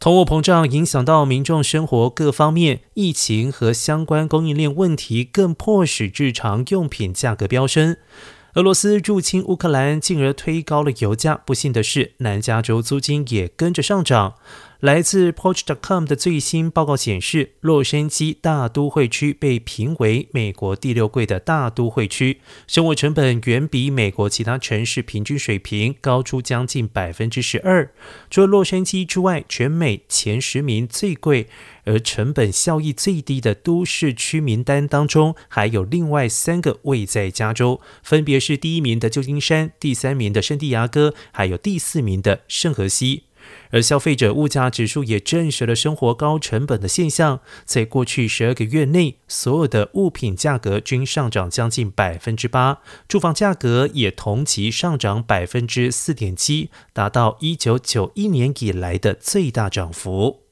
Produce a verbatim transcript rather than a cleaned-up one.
通货膨胀影响到民众生活各方面，疫情和相关供应链问题更迫使日常用品价格飙升。俄罗斯入侵乌克兰，进而推高了油价。不幸的是，南加州租金也跟着上涨。来自 Porch 点 com 的最新报告显示，洛杉矶大都会区被评为美国第六贵的大都会区，生活成本远比美国其他城市平均水平高出将近 百分之十二。 除了洛杉矶之外，全美前十名最贵而成本效益最低的都市区名单当中，还有另外三个位在加州，分别是第一名的旧金山，第三名的圣地亚哥，还有第四名的圣荷西。而消费者物价指数也证实了生活高成本的现象，在过去十二个月内，所有的物品价格均上涨将近 百分之八， 住房价格也同期上涨 百分之四点七， 达到一九九一年以来的最大涨幅。